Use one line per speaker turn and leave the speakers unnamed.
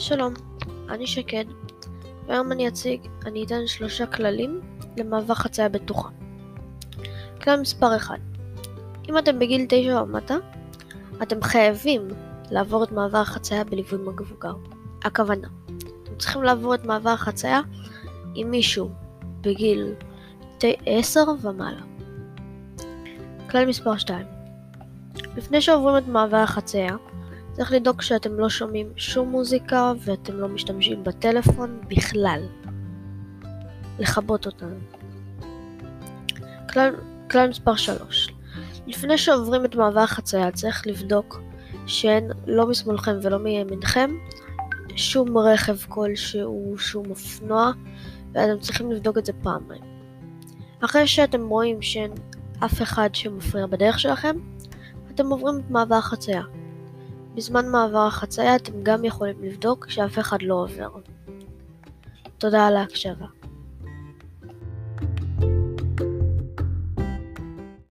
שלום, אני שקד, והיום אני אתן 3 כללים למעבר חצייה בטוחה. כלל מספר 1. אם אתם בגיל 9 ומטה, אתם חייבים לעבור את מעבר החצייה בליווי מבוגר. הכוונה, אתם צריכים לעבור את מעבר החצייה עם מישהו בגיל 10 ומעלה. כלל מספר 2. לפני שעוברים את מעבר החצייה, צריך לדאוג שאתם לא שומעים שום מוזיקה ואתם לא משתמשים בטלפון בכלל. לכבות אותנו. כלל מספר 3. לפני שעוברים את מעבר החצייה צריך לבדוק שאין לא משמאלכם ולא מימינכם שום רכב כלשהו, שום אופנוע, ואתם צריכים לבדוק את זה פעמיים. אחרי שאתם רואים שאין אף אחד שמפריע בדרך שלכם, אתם עוברים את מעבר החצייה. בזמן מעבר החצייה אתם גם יכולים לבדוק שאף אחד לא עובר. תודה על ההקשבה.